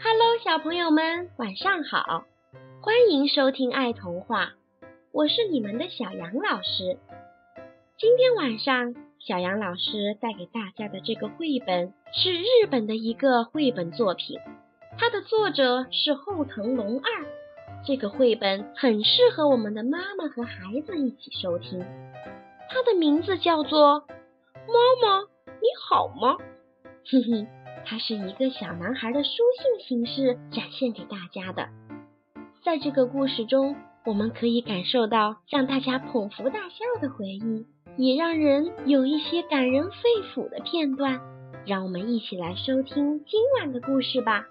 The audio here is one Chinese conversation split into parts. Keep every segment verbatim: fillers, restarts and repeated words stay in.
Hello， 小朋友们，晚上好！欢迎收听爱童话，我是你们的小杨老师。今天晚上，小杨老师带给大家的这个绘本是日本的一个绘本作品，它的作者是后藤龙二。这个绘本很适合我们的妈妈和孩子一起收听。它的名字叫做妈妈，你好吗？哼哼。它是一个小男孩的书信形式展现给大家的。在这个故事中，我们可以感受到让大家捧腹大笑的回忆，也让人有一些感人肺腑的片段。让我们一起来收听今晚的故事吧。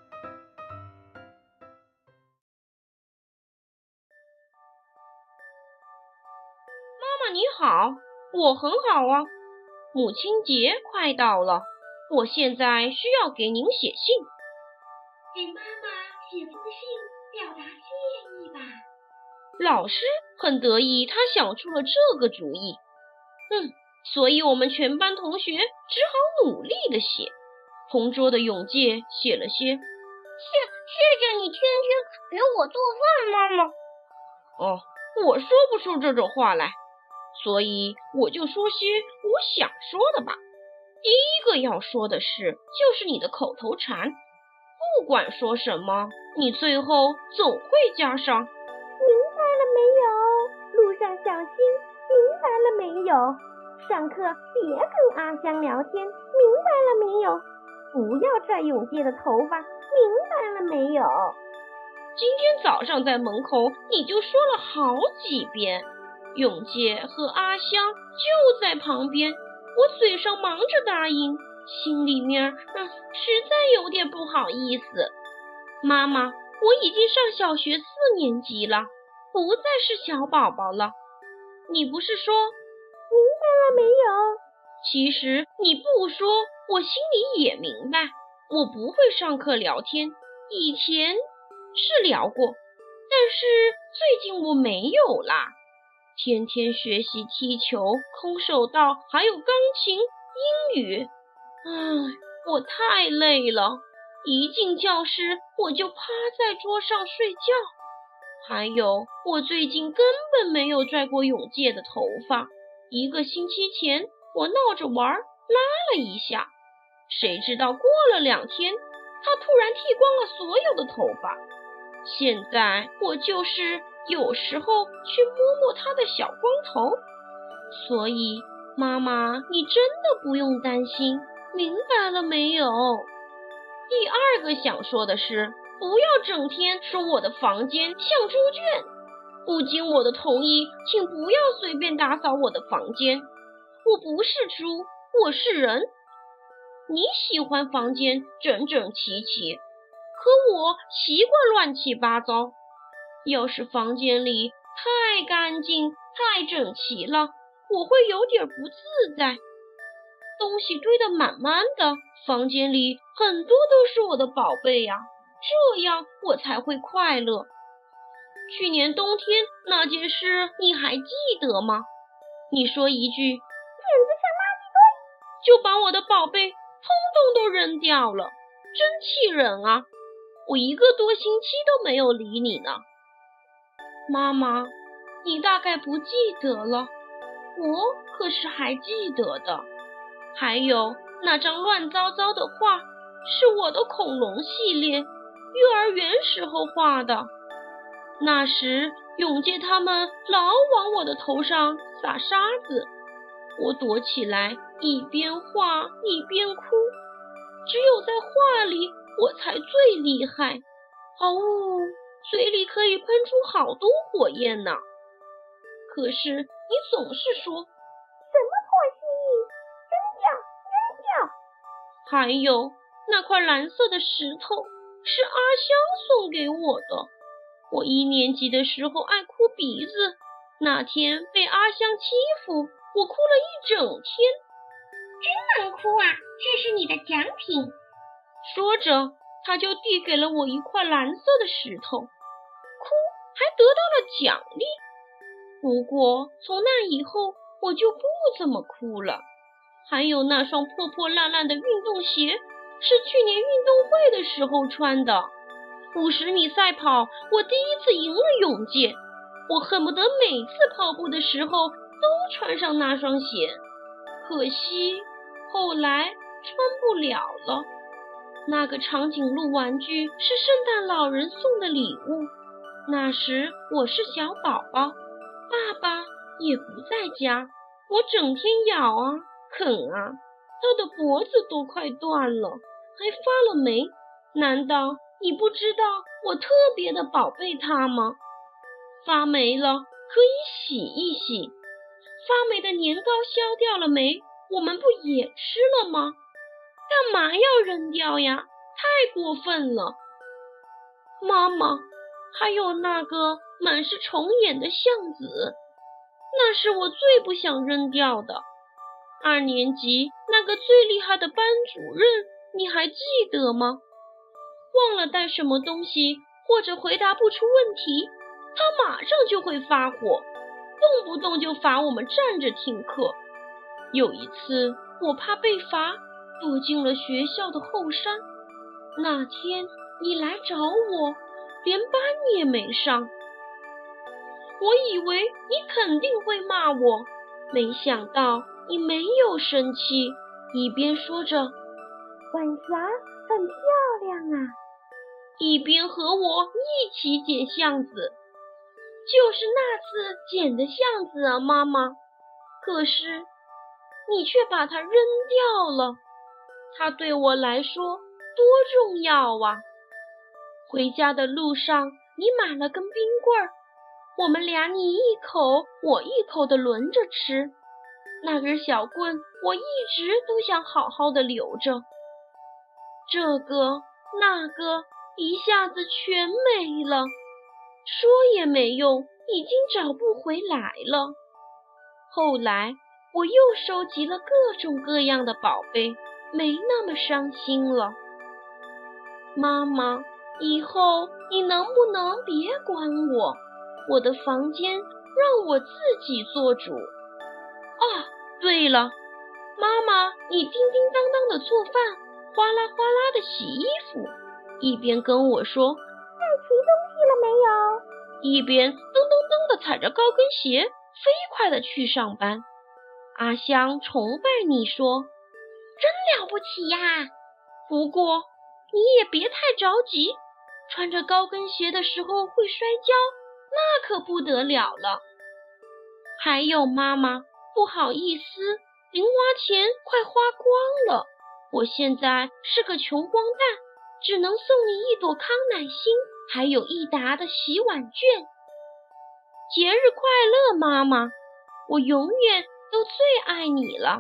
妈妈你好，我很好啊。母亲节快到了，我现在需要给您写信。 给妈妈写封信表达谢意吧。 老师很得意，他想出了这个主意。嗯，所以我们全班同学只好努力地写。同桌的永介写了些谢谢谢你天天给我做饭，妈妈。 哦，我说不出这种话来，所以我就说些我想说的吧。第一个要说的是，就是你的口头禅，不管说什么，你最后总会加上明白了没有？路上小心，明白了没有？上课别跟阿香聊天，明白了没有？不要拽永介的头发，明白了没有？ 今天早上在门口你就说了好几遍，永介和阿香就在旁边。我嘴上忙着答应，心里面嗯，实在有点不好意思。妈妈，我已经上小学四年级了，不再是小宝宝了。你不是说明白了没有？ 其实你不说，我心里也明白。我不会上课聊天，以前是聊过，但是最近我没有啦。天天学习踢球、空手道，还有钢琴、英语。唉，我太累了，一进教室我就趴在桌上睡觉。还有，我最近根本没有拽过永介的头发。一个星期前，我闹着玩，拉了一下，谁知道过了两天，他突然剃光了所有的头发。现在我就是有时候去摸摸他的小光头，所以妈妈，你真的不用担心，明白了没有？第二个想说的是，不要整天说我的房间像猪圈，不经我的同意，请不要随便打扫我的房间。我不是猪，我是人。你喜欢房间整整齐齐，可我习惯乱七八糟。要是房间里太干净、太整齐了，我会有点不自在。东西堆得满满的，房间里很多都是我的宝贝呀，这样我才会快乐。去年冬天那件事你还记得吗？你说一句简直像垃圾堆， 就把我的宝贝通通都扔掉了，真气人啊！我一个多星期都没有理你呢。妈妈，你大概不记得了，我可是还记得的。还有那张乱糟糟的画，是我的恐龙系列，幼儿园时候画的。那时永介他们老往我的头上撒沙子，我躲起来，一边画一边哭。只有在画里我才最厉害，哦，嘴里可以喷出好多火焰呢。可是你总是说什么破蜥蜴，扔掉扔掉。 还有那块蓝色的石头是阿香送给我的，我一年级的时候爱哭鼻子，那天被阿香欺负，我哭了一整天。 真能哭啊，这是你的奖品。 说着他就递给了我一块蓝色的石头，哭还得到了奖励。不过从那以后我就不怎么哭了。还有那双破破烂烂的运动鞋，是去年运动会的时候穿的， 五十米赛跑，我第一次赢了泳界，我恨不得每次跑步的时候都穿上那双鞋。可惜后来穿不了了。那个长颈鹿玩具是圣诞老人送的礼物，那时我是小宝宝，爸爸也不在家，我整天咬啊啃啊，它的脖子都快断了，还发了霉。难道你不知道我特别的宝贝它吗？发霉了可以洗一洗，发霉的年糕消掉了霉，我们不也吃了吗？干嘛要扔掉呀？太过分了。妈妈，还有那个满是虫眼的橡子，那是我最不想扔掉的。二年级那个最厉害的班主任，你还记得吗？忘了带什么东西，或者回答不出问题，他马上就会发火，动不动就罚我们站着听课。有一次我怕被罚，躲进了学校的后山。那天你来找我，连班也没上。我以为你肯定会骂我，没想到你没有生气，一边说着晚霞很漂亮啊， 一边和我一起捡橡子。就是那次捡的橡子啊，妈妈。可是你却把它扔掉了，它对我来说多重要啊！回家的路上，你买了根冰棍儿，我们俩你一口我一口的轮着吃。那根小棍我一直都想好好的留着，这个那个一下子全没了，说也没用，已经找不回来了。后来我又收集了各种各样的宝贝，没那么伤心了。妈妈，以后你能不能别管我？我的房间让我自己做主。啊，对了，妈妈，你叮叮当当的做饭，哗啦哗啦的洗衣服，一边跟我说带齐东西了没有， 一边噔噔噔的踩着高跟鞋，飞快的去上班。阿香崇拜你说，真了不起呀！不过你也别太着急，穿着高跟鞋的时候会摔跤，那可不得了了。还有妈妈，不好意思，零花钱快花光了，我现在是个穷光蛋，只能送你一朵康乃馨，还有一沓的洗碗券。节日快乐，妈妈，我永远都最爱你了。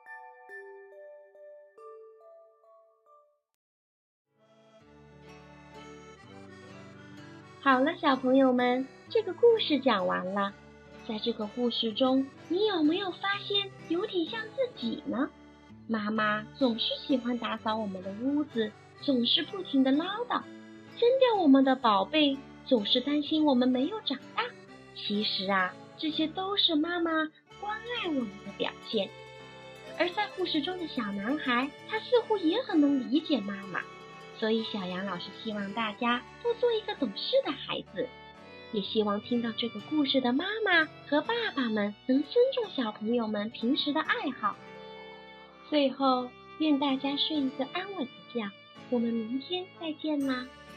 好了，小朋友们，这个故事讲完了。在这个故事中，你有没有发现有点像自己呢？妈妈总是喜欢打扫我们的屋子，总是不停地唠叨，扔掉我们的宝贝，总是担心我们没有长大。其实啊，这些都是妈妈关爱我们的表现。而在故事中的小男孩，他似乎也很能理解妈妈，所以小杨老师希望大家多做一个懂事的孩子，也希望听到这个故事的妈妈和爸爸们能尊重小朋友们平时的爱好。最后，愿大家睡一个安稳的觉，我们明天再见啦。